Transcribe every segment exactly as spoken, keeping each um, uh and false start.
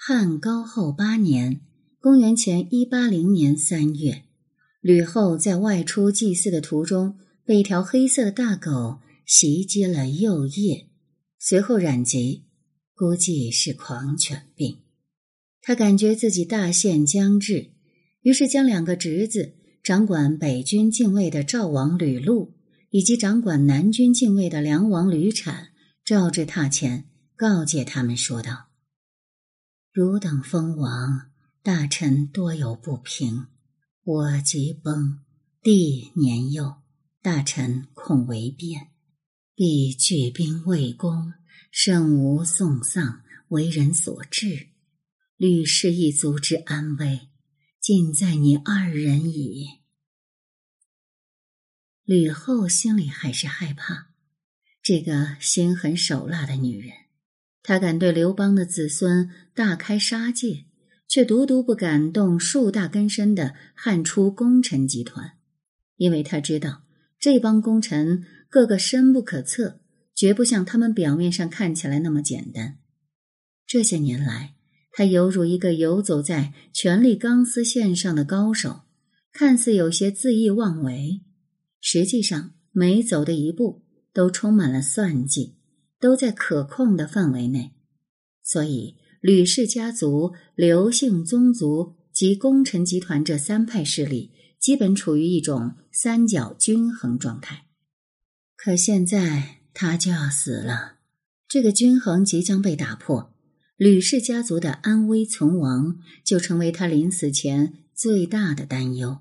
汉高后八年，公元前一八零年三月，吕后在外出祭祀的途中，被一条黑色的大狗袭击了右腋，随后染疾，估计是狂犬病。他感觉自己大限将至，于是将两个侄子，掌管北军禁卫的赵王吕禄，以及掌管南军禁卫的梁王吕产，召至榻前，告诫他们说道：汝等封王，大臣多有不平，我即崩，弟年幼，大臣恐为变，必聚兵围攻，甚无送丧，为人所治。吕氏一族之安危，尽在你二人矣。吕后心里还是害怕，这个心狠手辣的女人，她敢对刘邦的子孙大开杀戒，却独独不敢动数大根深的汉初功臣集团，因为她知道这帮功臣个个深不可测，绝不像他们表面上看起来那么简单。这些年来，他犹如一个游走在权力钢丝线上的高手，看似有些恣意妄为，实际上每走的一步都充满了算计，都在可控的范围内。所以吕氏家族、刘姓宗族及功臣集团这三派势力基本处于一种三角均衡状态。可现在他就要死了，这个均衡即将被打破，吕氏家族的安危存亡就成为他临死前最大的担忧。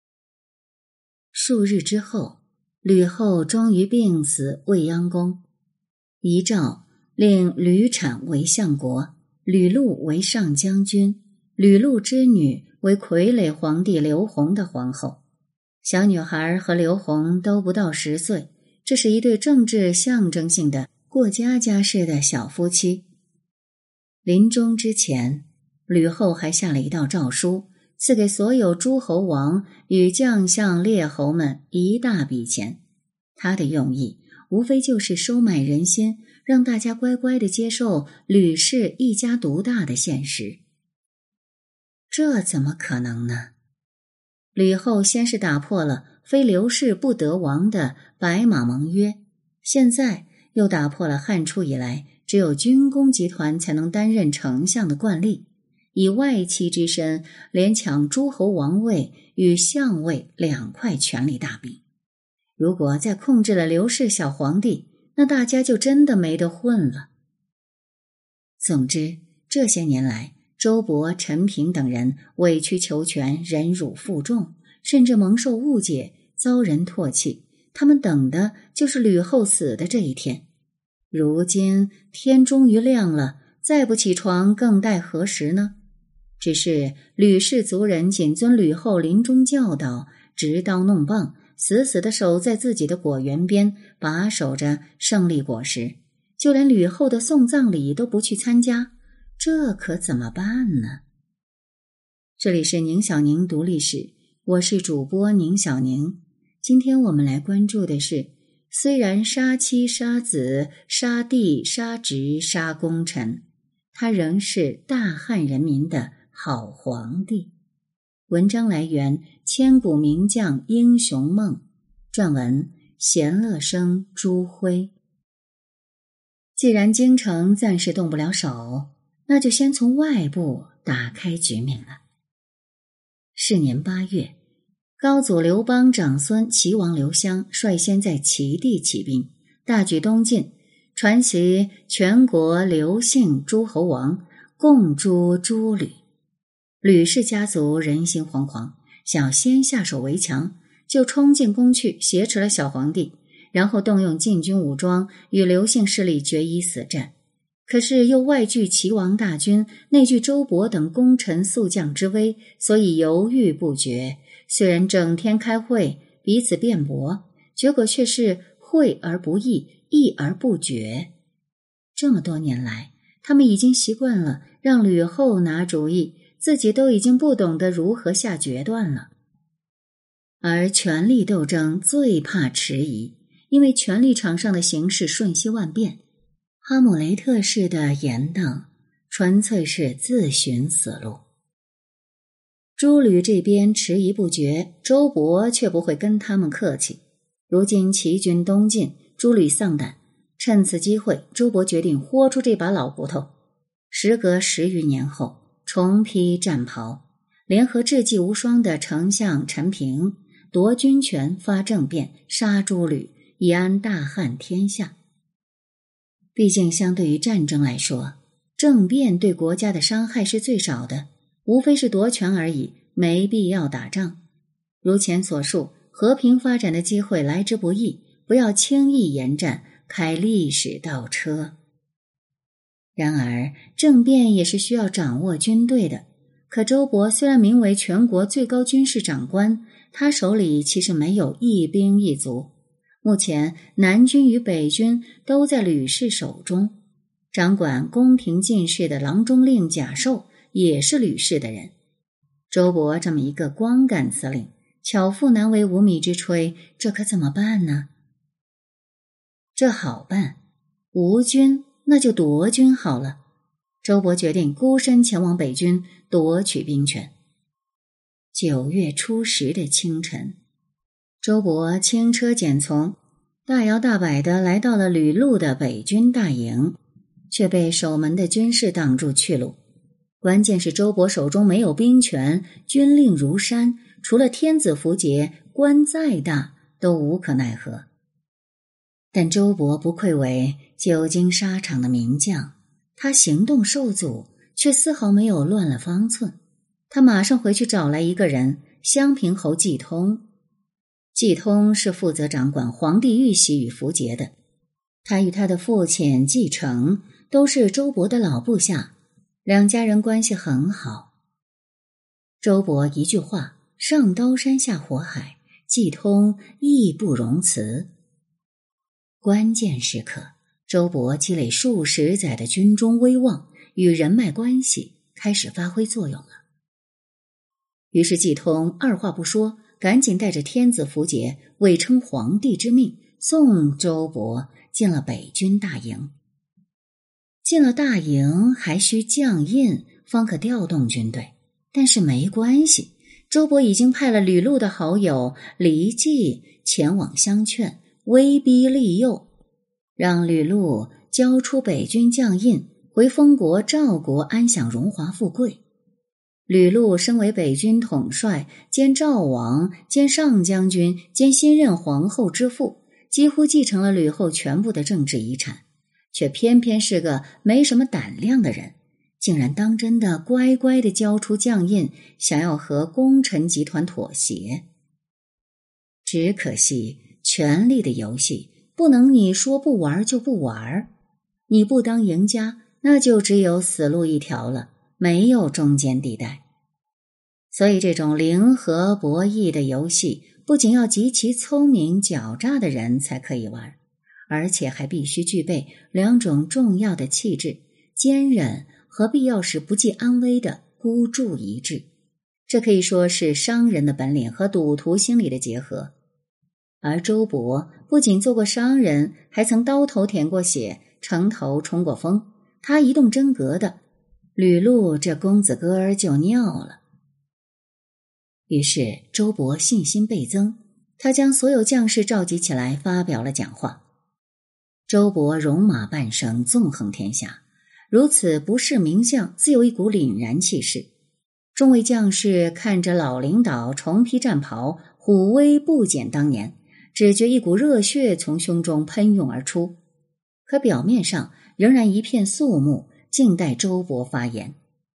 数日之后，吕后终于病死未央宫，遗诏令吕产为相国，吕禄为上将军，吕禄之女为傀儡皇帝刘弘的皇后。小女孩和刘弘都不到十岁，这是一对政治象征性的过家家式的小夫妻。临终之前，吕后还下了一道诏书，赐给所有诸侯王与将相列侯们一大笔钱。她的用意无非就是收买人心，让大家乖乖地接受吕氏一家独大的现实。这怎么可能呢？吕后先是打破了非刘氏不得王的白马盟约，现在又打破了汉初以来只有军功集团才能担任丞相的惯例，以外戚之身连抢诸侯王位与相位两块权力大饼。如果再控制了刘氏小皇帝，那大家就真的没得混了。总之，这些年来，周勃、陈平等人委曲求全，忍辱负重，甚至蒙受误解，遭人唾弃，他们等的就是吕后死的这一天。如今天终于亮了，再不起床更待何时呢？只是吕氏族人谨遵吕后临终教导，执刀弄棒，死死地守在自己的果园边，把守着胜利果实，就连吕后的送葬礼都不去参加，这可怎么办呢？这里是宁小宁读历史，我是主播宁小宁。今天我们来关注的是，虽然杀妻杀子杀弟杀侄杀功臣，他仍是大汉人民的好皇帝。文章来源千古名将英雄梦，撰文闲乐生朱辉。既然京城暂时动不了手，那就先从外部打开局面了。是年八月，高祖刘邦长孙齐王刘襄率先在齐地起兵，大举东进，传檄全国刘姓诸侯王，共诛诸吕。吕氏家族人心惶惶，想要先下手为强，就冲进宫去挟持了小皇帝，然后动用禁军武装与刘姓势力决一死战。可是又外拒齐王大军，内拒周勃等功臣宿将之威，所以犹豫不决。虽然整天开会，彼此辩驳，结果却是会而不议，议而不决。这么多年来，他们已经习惯了让吕后拿主意，自己都已经不懂得如何下决断了。而权力斗争最怕迟疑，因为权力场上的形势瞬息万变。哈姆雷特式的严等纯粹是自寻死路。诸吕这边迟疑不决，周勃却不会跟他们客气。如今齐军东进，诸吕丧胆，趁此机会，周勃决定豁出这把老骨头。时隔十余年后，重披战袍，联合志气无双的丞相陈平，夺军权，发政变，杀诸吕，以安大汉天下。毕竟相对于战争来说，政变对国家的伤害是最少的，无非是夺权而已，没必要打仗。如前所述，和平发展的机会来之不易，不要轻易言战，开历史倒车。然而政变也是需要掌握军队的，可周勃虽然名为全国最高军事长官，他手里其实没有一兵一卒。目前南军与北军都在吕氏手中，掌管宫廷禁事的郎中令贾寿也是吕氏的人。周勃这么一个光杆司令，巧妇难为无米之炊，这可怎么办呢？这好办，无军那就夺军好了。周勃决定孤身前往北军夺取兵权。九月初十的清晨，周勃轻车简从，大摇大摆地来到了吕禄的北军大营，却被守门的军士挡住去路。关键是周勃手中没有兵权，军令如山，除了天子符节，官再大都无可奈何。但周勃不愧为久经沙场的名将，他行动受阻，却丝毫没有乱了方寸。他马上回去找来一个人，襄平侯季通。季通是负责掌管皇帝玉玺与符节的，他与他的父亲季承都是周勃的老部下，两家人关系很好。周勃一句话，上刀山下火海，季通义不容辞。关键时刻，周勃积累数十载的军中威望与人脉关系开始发挥作用了。于是季通二话不说，赶紧带着天子符节，伪称皇帝之命，送周勃进了北军大营。进了大营还需将印方可调动军队，但是没关系，周勃已经派了吕禄的好友黎季前往相劝，威逼利诱，让吕禄交出北军将印，回封国赵国安享荣华富贵。吕禄身为北军统帅兼赵王兼上将军兼新任皇后之父，几乎继承了吕后全部的政治遗产，却偏偏是个没什么胆量的人，竟然当真的乖乖地交出将印，想要和功臣集团妥协。只可惜权力的游戏不能你说不玩就不玩，你不当赢家，那就只有死路一条了，没有中间地带。所以这种零和博弈的游戏，不仅要极其聪明狡诈的人才可以玩，而且还必须具备两种重要的气质：坚韧和必要时不计安危的孤注一掷。这可以说是商人的本领和赌徒心理的结合。而周勃不仅做过商人，还曾刀头舔过血，城头冲过锋。他一动真格的，吕禄这公子哥儿就尿了。于是周勃信心倍增，他将所有将士召集起来，发表了讲话。周勃戎马半生，纵横天下，如此不世名将，自有一股凛然气势。众位将士看着老领导重披战袍，虎威不减当年，只觉一股热血从胸中喷涌而出。可表面上仍然一片肃穆，静待周勃发言。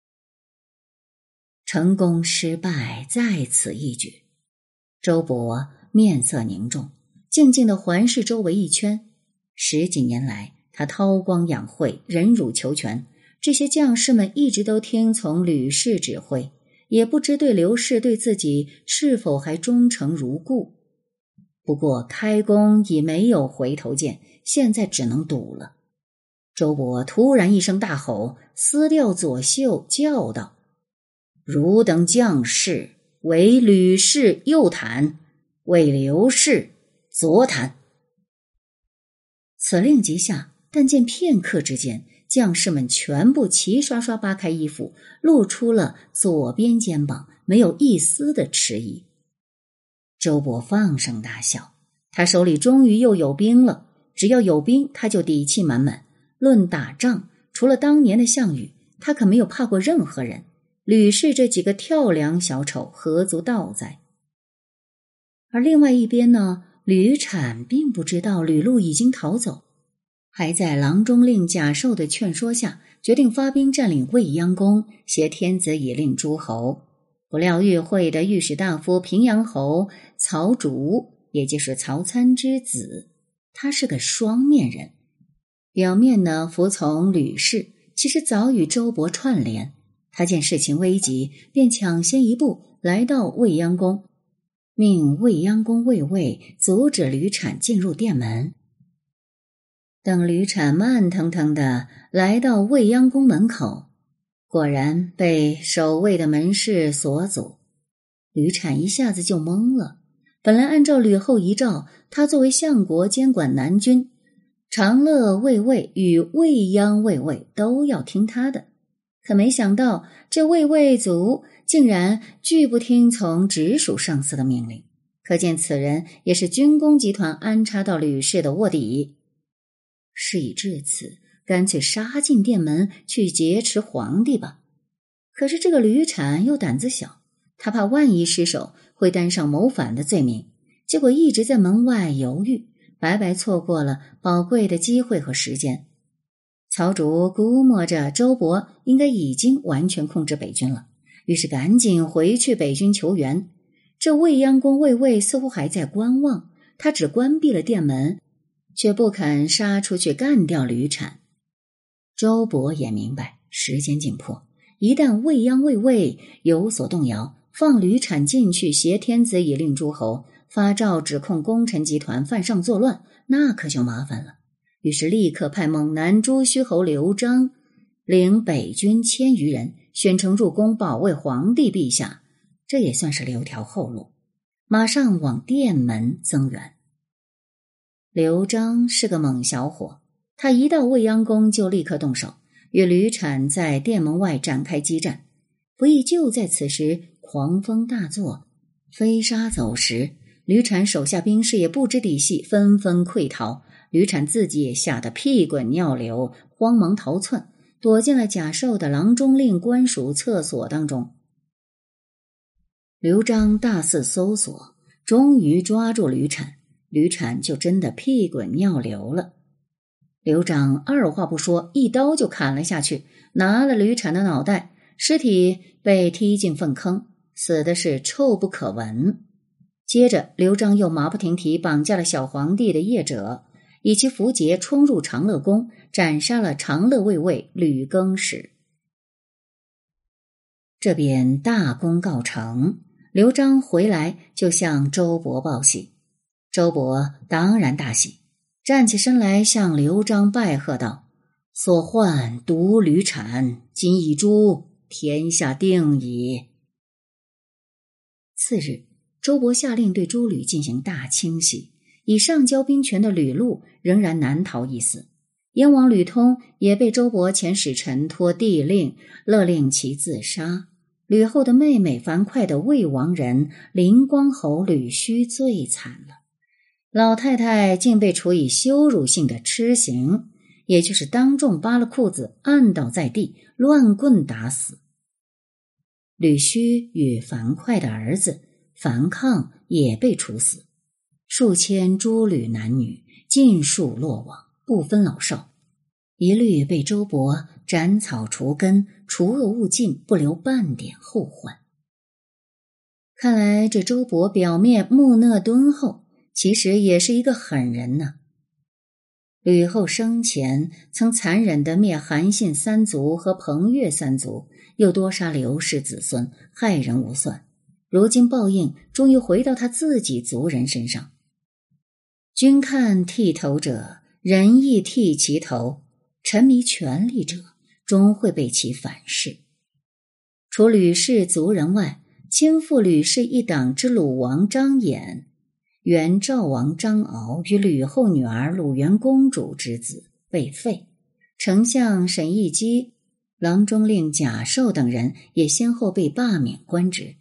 成功失败在此一举。周勃面色凝重，静静地环视周围一圈。十几年来，他韬光养晦，忍辱求全，这些将士们一直都听从吕氏指挥，也不知对刘氏对自己是否还忠诚如故。不过开弓已没有回头箭，现在只能赌了。周勃突然一声大吼，撕掉左袖，叫道：汝等将士为吕氏右袒，为刘氏左袒。此令即下，但见片刻之间， 将士们全部齐刷刷扒开衣服，露出了左边肩膀，没有一丝的迟疑。周勃放声大笑，他手里终于又有兵了，只要有兵他就底气满满。论打仗，除了当年的项羽，他可没有怕过任何人。吕氏这几个跳梁小丑何足道哉？而另外一边呢，吕产并不知道吕禄已经逃走，还在郎中令贾寿的劝说下，决定发兵占领未央宫，挟天子以令诸侯。不料与会的御史大夫平阳侯曹竹，也就是曹参之子，他是个双面人，表面呢服从吕氏，其实早与周勃串联。他见事情危急，便抢先一步来到未央宫，命未央宫卫尉阻止吕产进入殿门。等吕产慢腾腾地来到未央宫门口，果然被守卫的门士所阻。吕产一下子就懵了。本来按照吕后遗诏，他作为相国监管南军，长乐卫尉与未央卫尉都要听他的。可没想到这卫尉族竟然拒不听从直属上司的命令，可见此人也是军工集团安插到吕氏的卧底。事已至此，干脆杀进殿门去劫持皇帝吧。可是这个吕产又胆子小，他怕万一失手会担上谋反的罪名，结果一直在门外犹豫，白白错过了宝贵的机会和时间。曹竹估摸着周勃应该已经完全控制北军了，于是赶紧回去北军求援。这未央宫卫尉似乎还在观望，他只关闭了殿门，却不肯杀出去干掉吕产。周勃也明白时间紧迫，一旦未央卫尉有所动摇，放吕产进去挟天子以令诸侯，发诏指控功臣集团犯上作乱，那可就麻烦了。于是立刻派猛男朱虚侯刘璋领北军千余人，宣称入宫保卫皇帝陛下，这也算是留条后路，马上往殿门增援。刘璋是个猛小伙，他一到未央宫就立刻动手，与吕产在殿门外展开激战。不意就在此时，狂风大作，飞沙走石，吕产手下兵士也不知底细，纷纷溃逃。吕产自己也吓得屁滚尿流，慌忙逃窜，躲进了贾寿的郎中令官署厕所当中。刘璋大肆搜索，终于抓住吕产，吕产就真的屁滚尿流了。刘璋二话不说，一刀就砍了下去，拿了吕产的脑袋，尸体被踢进粪坑，死的是臭不可闻。接着刘璋又马不停蹄绑架了小皇帝的谒者，以其符节冲入长乐宫，斩杀了长乐卫尉吕更始。这边大功告成，刘璋回来就向周勃报喜。周勃当然大喜，站起身来向刘璋拜贺道：所患独吕产，今已诛，天下定矣。次日，周勃下令对诸吕进行大清洗，以上交兵权的吕禄仍然难逃一死。燕王吕通也被周勃遣使臣托帝令，勒令其自杀。吕后的妹妹樊哙的魏王人灵光侯吕须最惨了，老太太竟被处以羞辱性的笞刑，也就是当众扒了裤子，按倒在地，乱棍打死。吕须与樊哙的儿子樊抗也被处死，数千诸吕男女尽数落网，不分老少，一律被周勃斩草除根，除恶务尽，不留半点后患。看来这周勃表面木讷敦厚，其实也是一个狠人呢。吕后生前曾残忍地灭韩信三族和彭越三族，又多杀刘氏子孙，害人无算。如今报应终于回到他自己族人身上。君看剃头者，人亦剃其头，沉迷权力者终会被其反噬。除吕氏族人外，亲附吕氏一党之鲁王张衍，原赵王张敖与吕后女儿鲁元公主之子，被废， 丞相沈亦基、郎中令贾寿等人也先后被罢免官职。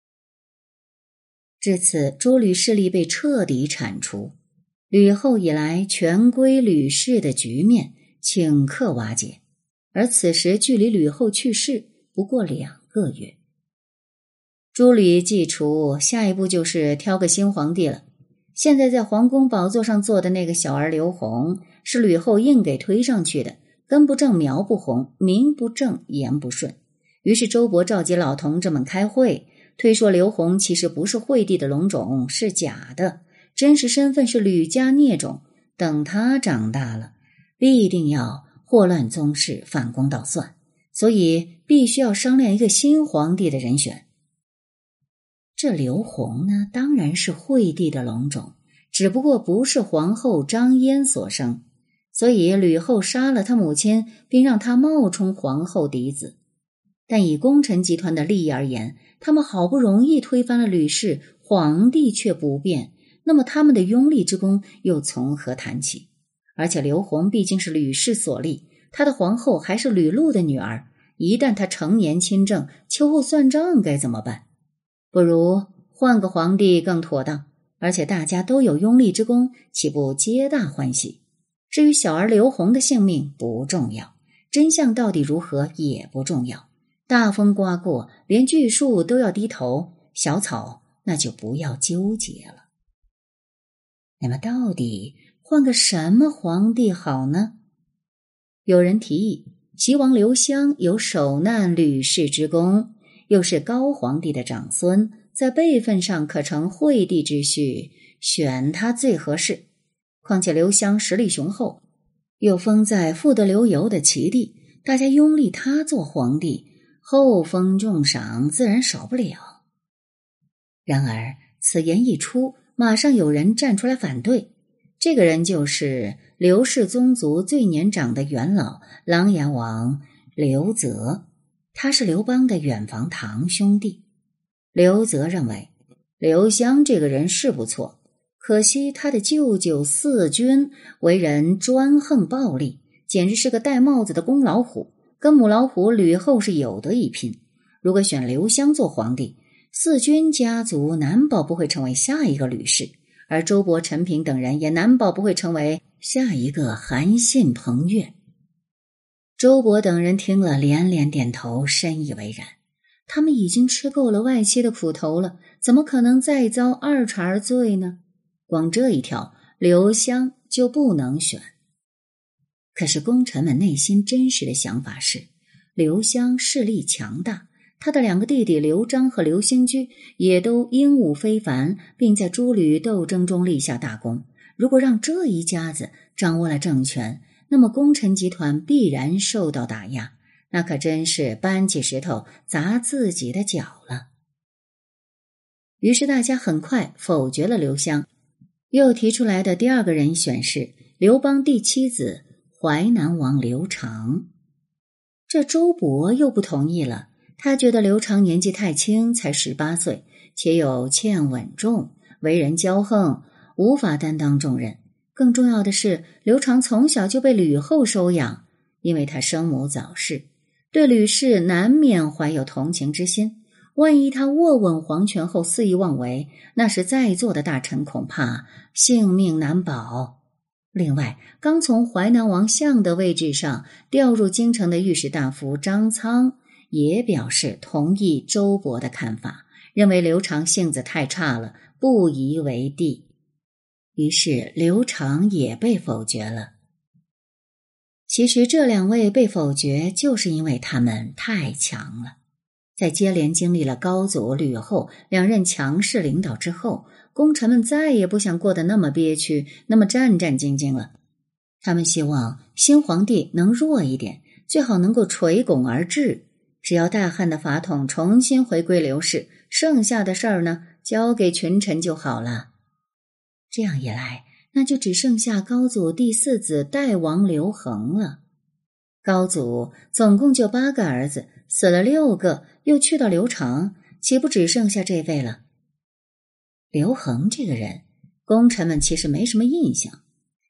至此，诸吕势力被彻底铲除，吕后以来权归吕氏的局面顷刻瓦解。而此时距离吕后去世不过两个月。诸吕既除，下一步就是挑个新皇帝了。现在在皇宫宝座上坐的那个小儿刘弘，是吕后硬给推上去的，根不正苗不红，名不正言不顺。于是周勃召集老同志们开会，推说刘弘其实不是惠帝的龙种，是假的，真实身份是吕家孽种，等他长大了必定要祸乱宗室，反攻倒算，所以必须要商量一个新皇帝的人选。这刘弘呢，当然是惠帝的龙种，只不过不是皇后张嫣所生，所以吕后杀了他母亲，并让他冒充皇后嫡子。但以功臣集团的利益而言，他们好不容易推翻了吕氏，皇帝却不变，那么他们的拥立之功又从何谈起？而且刘弘毕竟是吕氏所立，他的皇后还是吕禄的女儿，一旦他成年亲政，秋后算账该怎么办？不如换个皇帝更妥当，而且大家都有拥立之功，岂不皆大欢喜？至于小儿刘弘的性命不重要，真相到底如何也不重要，大风刮过，连巨树都要低头，小草那就不要纠结了。那么到底换个什么皇帝好呢？有人提议，齐王刘襄有守难吕氏之功，又是高皇帝的长孙，在辈分上可成惠帝之序，选他最合适。况且刘襄实力雄厚，又封在富得流油的齐地，大家拥立他做皇帝，厚封重赏自然少不了。然而此言一出，马上有人站出来反对。这个人就是刘氏宗族最年长的元老琅琊王刘泽，他是刘邦的远房堂兄弟。刘泽认为刘襄这个人是不错，可惜他的舅舅四军为人专横暴力，简直是个戴帽子的公老虎，跟母老虎吕后是有得一拼。如果选刘襄做皇帝，四军家族难保不会成为下一个吕氏，而周勃、陈平等人也难保不会成为下一个韩信、彭越。周勃等人听了连连点头，深以为然。他们已经吃够了外戚的苦头了，怎么可能再遭二茬罪呢？光这一条，刘襄就不能选。可是功臣们内心真实的想法是，刘襄势力强大，他的两个弟弟刘璋和刘兴居也都英武非凡，并在诸吕斗争中立下大功。如果让这一家子掌握了政权，那么功臣集团必然受到打压，那可真是搬起石头砸自己的脚了。于是大家很快否决了刘襄，又提出来的第二个人选是刘邦第七子淮南王刘长。这周勃又不同意了，他觉得刘长年纪太轻，才十八岁，且有欠稳重，为人骄横，无法担当重任。更重要的是，刘长从小就被吕后收养，因为他生母早逝，对吕氏难免怀有同情之心。万一他握稳皇权后肆意妄为，那时在座的大臣恐怕性命难保。另外，刚从淮南王相的位置上调入京城的御史大夫张苍也表示同意周勃的看法，认为刘长性子太差了，不宜为帝。于是刘长也被否决了。其实这两位被否决，就是因为他们太强了。在接连经历了高祖、吕后两任强势领导之后，功臣们再也不想过得那么憋屈，那么战战兢兢了。他们希望新皇帝能弱一点，最好能够垂拱而治，只要大汉的法统重新回归刘氏，剩下的事儿呢，交给群臣就好了。这样一来，那就只剩下高祖第四子代王刘恒了。高祖总共就八个儿子，死了六个，又去到刘长，岂不只剩下这位了？刘恒这个人，功臣们其实没什么印象，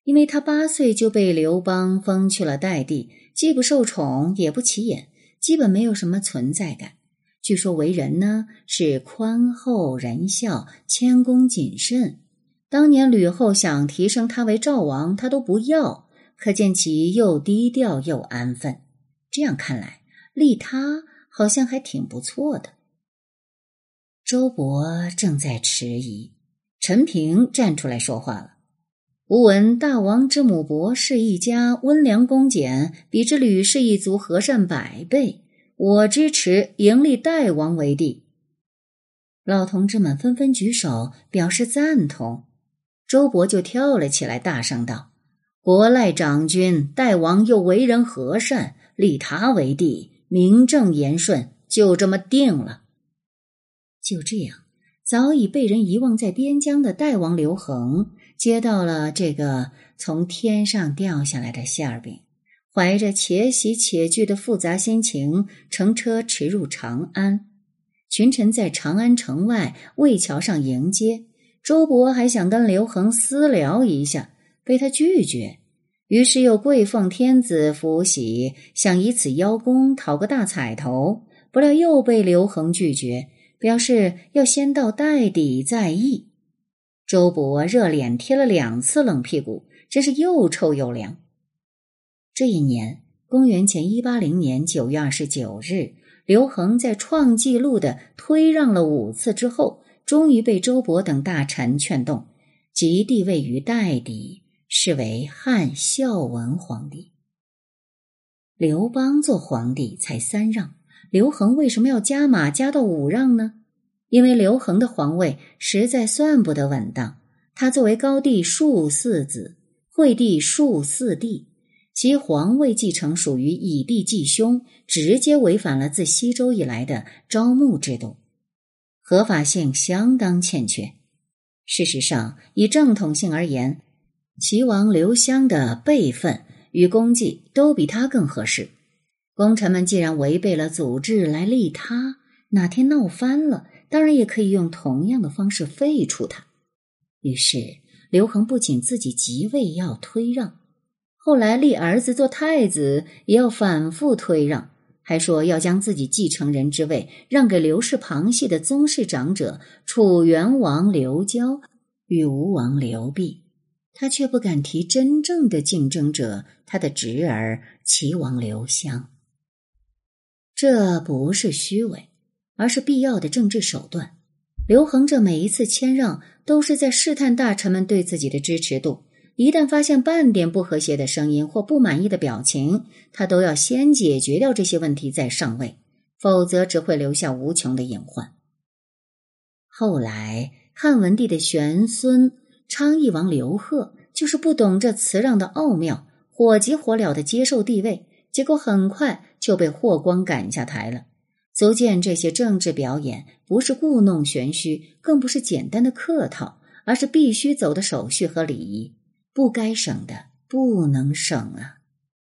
因为他八岁就被刘邦封去了代地，既不受宠也不起眼，基本没有什么存在感。据说为人呢是宽厚仁孝，谦恭谨慎。当年吕后想提升他为赵王，他都不要，可见其又低调又安分。这样看来，立他好像还挺不错的。周勃正在迟疑，陈平站出来说话了：吾闻大王之母伯氏一家温良恭俭，比之吕氏一族和善百倍，我支持迎立代王为帝。老同志们纷纷举手表示赞同。周勃就跳了起来，大声道：国赖长君，代王又为人和善，立他为帝，名正言顺，就这么定了。就这样，早已被人遗忘在边疆的代王刘恒接到了这个从天上掉下来的馅饼，怀着且喜且惧的复杂心情，乘车驰入长安。群臣在长安城外渭桥上迎接，周勃还想跟刘恒私聊一下，被他拒绝。于是又跪奉天子福喜，想以此邀功讨个大彩头，不料又被刘恒拒绝，表示要先到代底再议。周勃热脸贴了两次冷屁股，真是又臭又凉。这一年，公元前一八零年九月二十九日，刘恒在创纪录的推让了五次之后，终于被周勃等大臣劝动，即地位于代底，是为汉孝文皇帝。刘邦做皇帝才三让，刘恒为什么要加码加到五让呢？因为刘恒的皇位实在算不得稳当，他作为高帝庶四子，惠帝庶四弟，其皇位继承属于以弟继兄，直接违反了自西周以来的招募制度，合法性相当欠缺。事实上，以正统性而言，齐王刘襄的辈分与功绩都比他更合适。功臣们既然违背了祖制来立他，哪天闹翻了，当然也可以用同样的方式废除他。于是刘恒不仅自己即位要推让，后来立儿子做太子也要反复推让，还说要将自己继承人之位让给刘氏旁系的宗室长者楚元王刘交与吴王刘濞，他却不敢提真正的竞争者，他的侄儿齐王刘襄。这不是虚伪，而是必要的政治手段。刘恒这每一次谦让都是在试探大臣们对自己的支持度，一旦发现半点不和谐的声音或不满意的表情，他都要先解决掉这些问题再上位，否则只会留下无穷的隐患。后来汉文帝的玄孙昌邑王刘贺就是不懂这辞让的奥妙，火急火燎地接受帝位，结果很快就被霍光赶下台了。足见这些政治表演不是故弄玄虚，更不是简单的客套，而是必须走的手续和礼仪，不该省的不能省啊。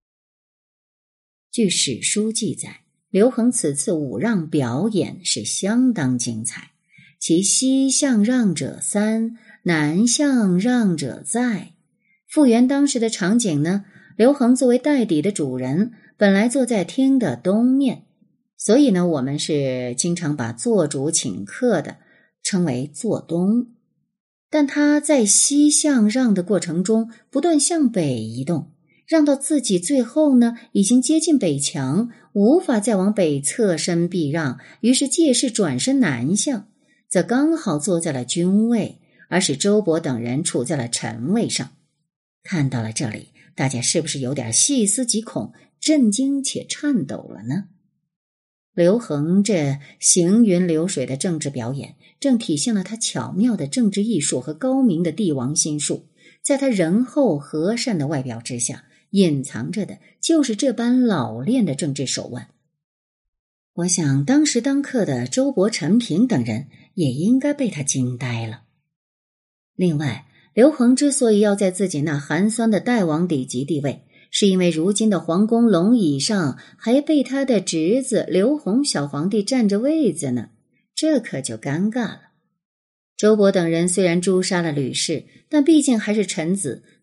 据史书记载，刘恒此次五让表演是相当精彩，其西向让者三，南向让者在。复原当时的场景呢，刘恒作为代底的主人，本来坐在厅的东面，所以呢，我们是经常把做主请客的称为坐东。但他在西向让的过程中不断向北移动，让到自己最后呢已经接近北墙，无法再往北侧身避让，于是借势转身南向，则刚好坐在了君位，而使周勃等人处在了臣位上。看到了这里，大家是不是有点细思极恐，震惊且颤抖了呢？刘恒这行云流水的政治表演，正体现了他巧妙的政治艺术和高明的帝王心术。在他仁厚和善的外表之下，隐藏着的就是这般老练的政治手腕。我想当时当刻的周勃、陈平等人也应该被他惊呆了。另外，刘恒之所以要在自己那寒酸的代王底级地位，是因为如今的皇宫龙椅上还被他的侄子刘宏小皇帝占着位子呢，这可就尴尬了。周勃等人虽然诛杀了吕氏，但毕竟还是臣子，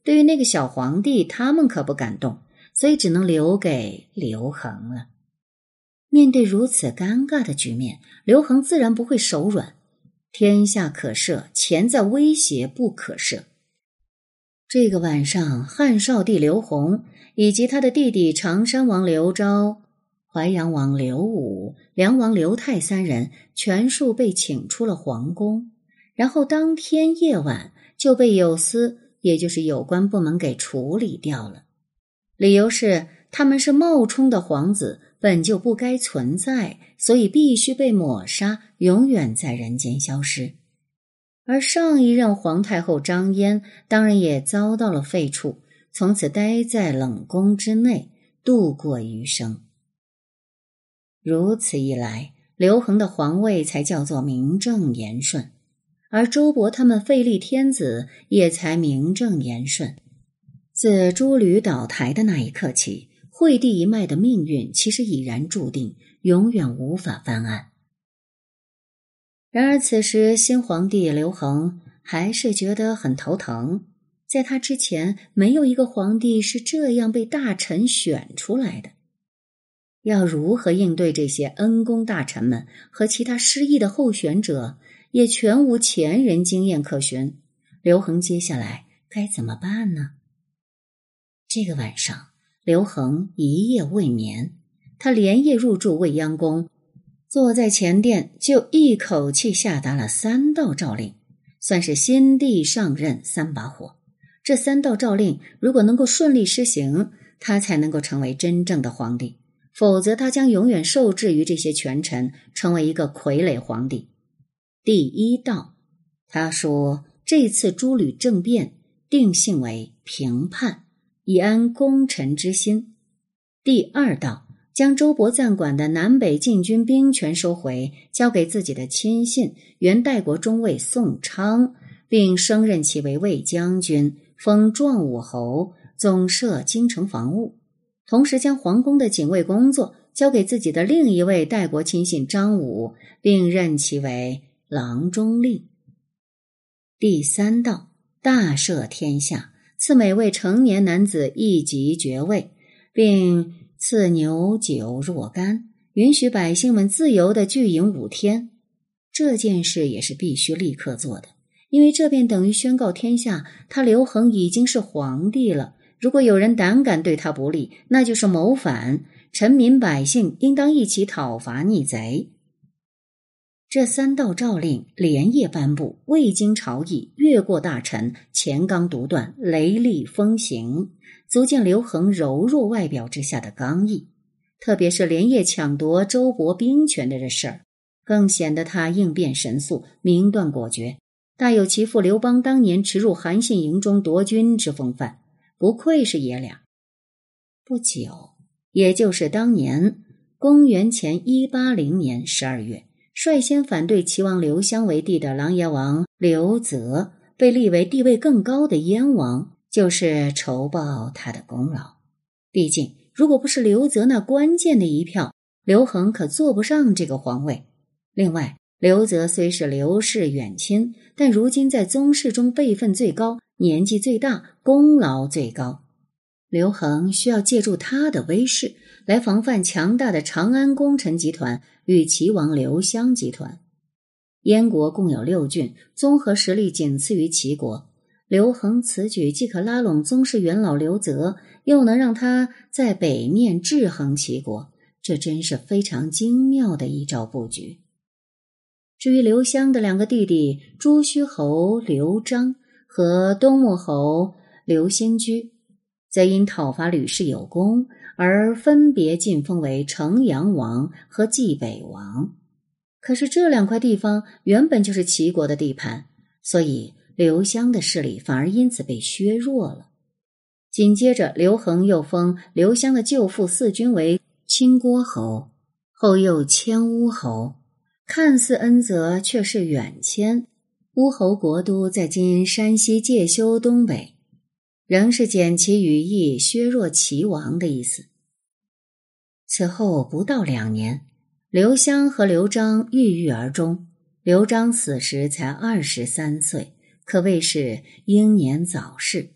对于那个小皇帝，他们可不敢动，所以只能留给刘恒了。面对如此尴尬的局面，刘恒自然不会手软。天下可赦，钱在威胁不可赦。这个晚上，汉少帝刘宏以及他的弟弟常山王刘昭、淮阳王刘武、梁王刘泰三人全数被请出了皇宫，然后当天夜晚就被有司，也就是有关部门给处理掉了。理由是他们是冒充的皇子，本就不该存在，所以必须被抹杀，永远在人间消失。而上一任皇太后张嫣当然也遭到了废黜，从此待在冷宫之内度过余生。如此一来，刘恒的皇位才叫做名正言顺，而周勃他们废立天子也才名正言顺。自诸吕倒台的那一刻起，惠帝一脉的命运其实已然注定，永远无法翻案。然而此时新皇帝刘恒还是觉得很头疼，在他之前没有一个皇帝是这样被大臣选出来的。要如何应对这些恩公大臣们和其他失意的候选者，也全无前人经验可循。刘恒接下来该怎么办呢？这个晚上，刘恒一夜未眠，他连夜入住未央宫，坐在前殿就一口气下达了三道诏令，算是新帝上任三把火。这三道诏令如果能够顺利施行，他才能够成为真正的皇帝，否则他将永远受制于这些权臣，成为一个傀儡皇帝。第一道，他说这次诸吕政变定性为平叛，以安功臣之心。第二道，将周勃暂管的南北禁军兵权收回，交给自己的亲信元代国中尉宋昌，并升任其为卫将军，封壮武侯，总摄京城防务。同时将皇宫的警卫工作交给自己的另一位代国亲信张武，并任其为郎中令。第三道，大赦天下，赐每位成年男子一级爵位，并赐牛酒若干，允许百姓们自由地聚饮五天。这件事也是必须立刻做的，因为这便等于宣告天下，他刘恒已经是皇帝了。如果有人胆敢对他不利，那就是谋反，臣民百姓应当一起讨伐逆贼。这三道诏令连夜颁布，未经朝议，越过大臣，乾纲独断，雷厉风行，足见刘恒柔弱外表之下的刚毅。特别是连夜抢夺周勃兵权的这事儿，更显得他应变神速，明断果决，大有其父刘邦当年驰入韩信营中夺军之风范，不愧是爷俩。不久，也就是当年公元前一八零年十二月，率先反对齐王刘襄为帝的琅琊王刘泽被立为地位更高的燕王，就是酬报他的功劳。毕竟如果不是刘泽那关键的一票，刘恒可坐不上这个皇位。另外，刘泽虽是刘氏远亲，但如今在宗室中辈分最高，年纪最大，功劳最高。刘恒需要借助他的威势来防范强大的长安功臣集团与齐王刘襄集团。燕国共有六郡，综合实力仅次于齐国。刘恒此举既可拉拢宗室元老刘泽，又能让他在北面制衡齐国，这真是非常精妙的一招布局。至于刘襄的两个弟弟朱虚侯刘璋和东穆侯刘兴居，则因讨伐吕氏有功，而分别晋封为城阳王和冀北王。可是这两块地方原本就是齐国的地盘，所以刘襄的势力反而因此被削弱了。紧接着刘恒又封刘襄的舅父四君为清郭侯，后又迁乌侯，看似恩泽，却是远迁。乌侯国都在今山西介休东北，仍是简其语义，削弱齐王的意思。此后不到两年，刘襄和刘璋郁郁而终。刘璋死时才二十三岁，可谓是英年早逝。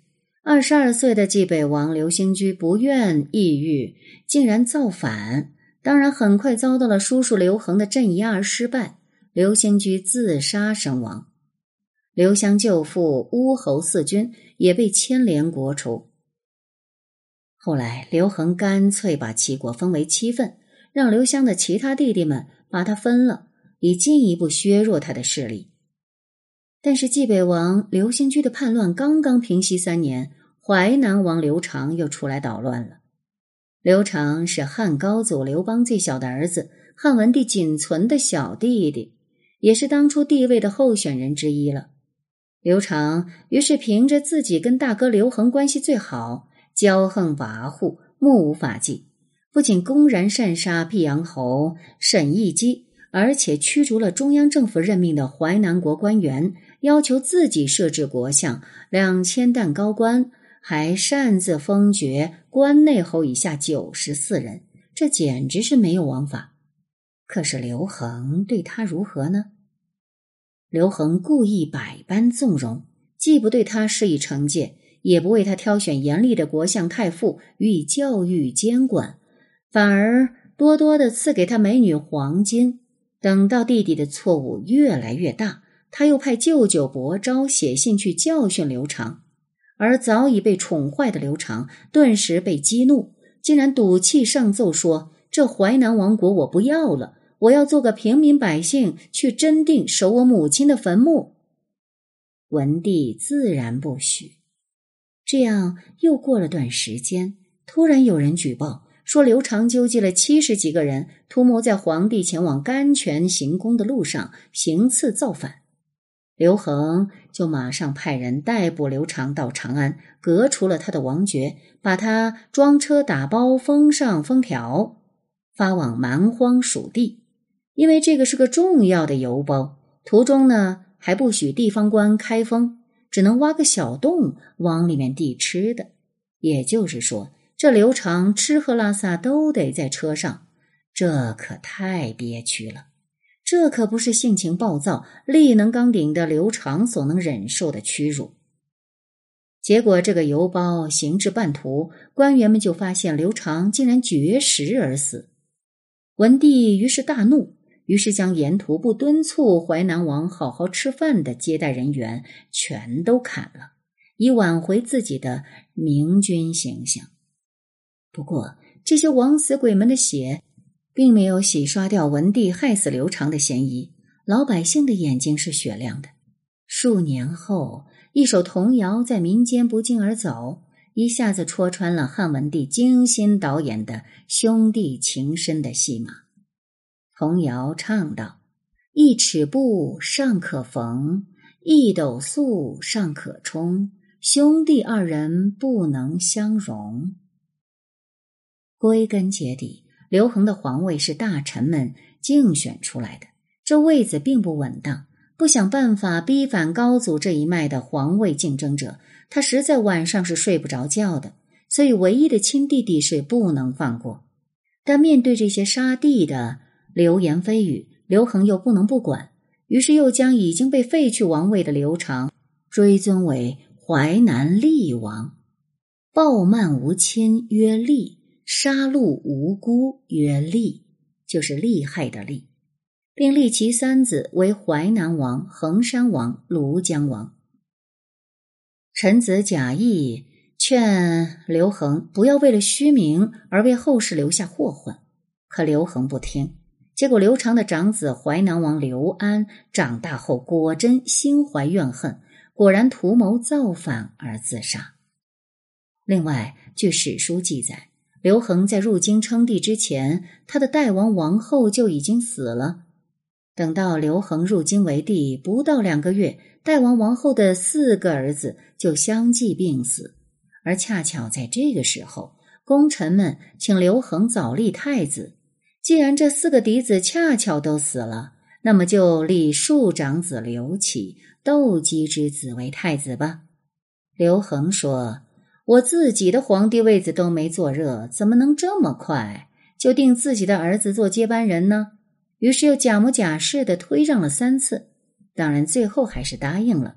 二十二岁的济北王刘兴居不愿抑郁，竟然造反，当然很快遭到了叔叔刘恒的镇压而失败，刘兴居自杀身亡。刘襄舅父乌侯四军也被牵连国除。后来刘恒干脆把齐国分为七份，让刘襄的其他弟弟们把它分了，以进一步削弱他的势力。但是济北王刘兴居的叛乱刚刚平息三年，淮南王刘长又出来捣乱了。刘长是汉高祖刘邦最小的儿子，汉文帝仅存的小弟弟，也是当初帝位的候选人之一了。刘长于是凭着自己跟大哥刘恒关系最好，骄横跋扈，目无法纪，不仅公然擅杀毕阳侯沈义基，而且驱逐了中央政府任命的淮南国官员，要求自己设置国相、两千担高官，还擅自封爵关内侯以下九十四人，这简直是没有王法。可是刘恒对他如何呢？刘恒故意百般纵容，既不对他施以惩戒，也不为他挑选严厉的国相太傅予以教育监管，反而多多的赐给他美女黄金。等到弟弟的错误越来越大，他又派舅舅伯昭写信去教训刘长，而早已被宠坏的刘长顿时被激怒，竟然赌气上奏说，这淮南王国我不要了，我要做个平民百姓，去真定守我母亲的坟墓。文帝自然不许。这样又过了段时间，突然有人举报说刘长纠集了七十几个人，图谋在皇帝前往甘泉行宫的路上行刺造反。刘恒就马上派人逮捕刘长到长安，革除了他的王爵，把他装车打包封上封条，发往蛮荒属地。因为这个是个重要的邮包，途中呢还不许地方官开封，只能挖个小洞往里面递吃的。也就是说，这刘长吃喝拉撒都得在车上，这可太憋屈了。这可不是性情暴躁、力能刚鼎的刘长所能忍受的屈辱。结果这个邮包行至半途，官员们就发现刘长竟然绝食而死。文帝于是大怒，于是将沿途不敦促淮南王好好吃饭的接待人员全都砍了，以挽回自己的明君形象。不过这些枉死鬼们的血并没有洗刷掉文帝害死刘长的嫌疑，老百姓的眼睛是雪亮的。数年后，一首童谣在民间不胫而走，一下子戳穿了汉文帝精心导演的兄弟情深的戏码。童谣唱道：一尺布尚可缝，一斗粟尚可充，兄弟二人不能相容。归根结底，刘恒的皇位是大臣们竞选出来的，这位子并不稳当，不想办法逼反高祖这一脉的皇位竞争者，他实在晚上是睡不着觉的，所以唯一的亲弟弟是不能放过。但面对这些杀弟的流言蜚语，刘恒又不能不管，于是又将已经被废去王位的刘长追尊为淮南厉王，暴慢无亲曰厉，杀戮无辜曰厉，就是厉害的厉，并立其三子为淮南王、衡山王、庐江王。臣子贾谊劝刘恒不要为了虚名而为后世留下祸患，可刘恒不听，结果刘长的长子淮南王刘安长大后果真心怀怨恨，果然图谋造反而自杀。另外，据史书记载，刘恒在入京称帝之前，他的代王王后就已经死了。等到刘恒入京为帝不到两个月，代王王后的四个儿子就相继病死，而恰巧在这个时候，功臣们请刘恒早立太子。既然这四个嫡子恰巧都死了，那么就立庶长子刘启、窦姬之子为太子吧。刘恒说，我自己的皇帝位子都没坐热，怎么能这么快就定自己的儿子做接班人呢？于是又假模假式地推让了三次，当然最后还是答应了，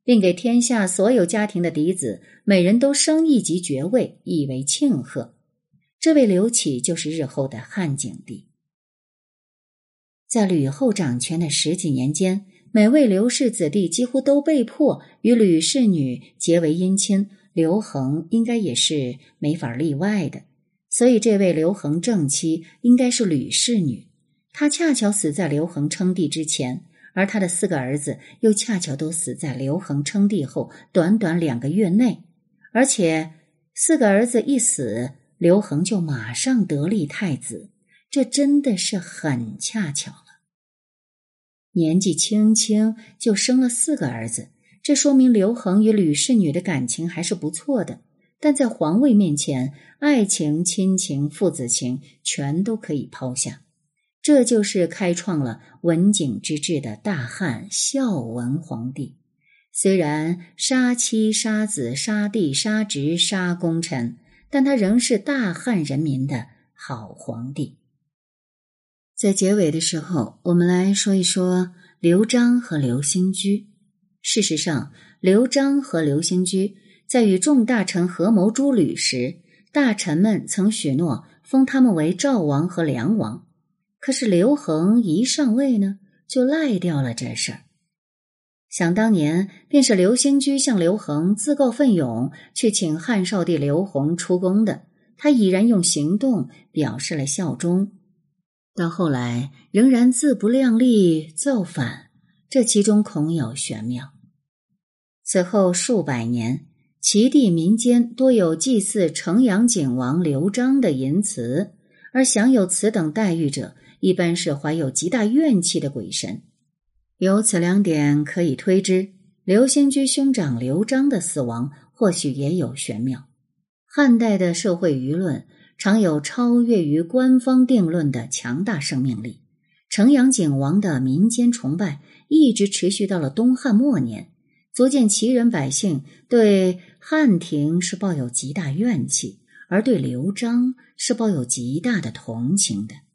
并给天下所有家庭的嫡子每人都升一级爵位，以为庆贺。这位刘启就是日后的汉景帝。在吕后掌权的十几年间，每位刘氏子弟几乎都被迫与吕氏女结为姻亲，刘恒应该也是没法例外的。所以这位刘恒正妻应该是吕氏女，她恰巧死在刘恒称帝之前，而他的四个儿子又恰巧都死在刘恒称帝后短短两个月内，而且四个儿子一死，刘恒就马上得立太子，这真的是很恰巧了。年纪轻轻就生了四个儿子，这说明刘恒与吕氏女的感情还是不错的，但在皇位面前，爱情、亲情、父子情全都可以抛下。这就是开创了文景之治的大汉孝文皇帝。虽然杀妻杀子杀弟杀侄杀功臣，但他仍是大汉人民的好皇帝。在结尾的时候，我们来说一说刘璋和刘兴居。事实上，刘璋和刘兴居在与众大臣合谋诛吕时，大臣们曾许诺封他们为赵王和梁王。可是刘恒一上位呢，就赖掉了这事儿。想当年，便是刘兴居向刘恒自告奋勇去请汉少帝刘宏出宫的，他已然用行动表示了效忠。到后来仍然自不量力造反，这其中恐有玄妙。此后数百年，齐地民间多有祭祀城阳景王刘璋的淫祠，而享有此等待遇者，一般是怀有极大怨气的鬼神。由此两点可以推知，刘兴居兄长刘璋的死亡或许也有玄妙。汉代的社会舆论常有超越于官方定论的强大生命力，城阳景王的民间崇拜一直持续到了东汉末年，足见齐人百姓对汉廷是抱有极大怨气，而对刘璋是抱有极大的同情的。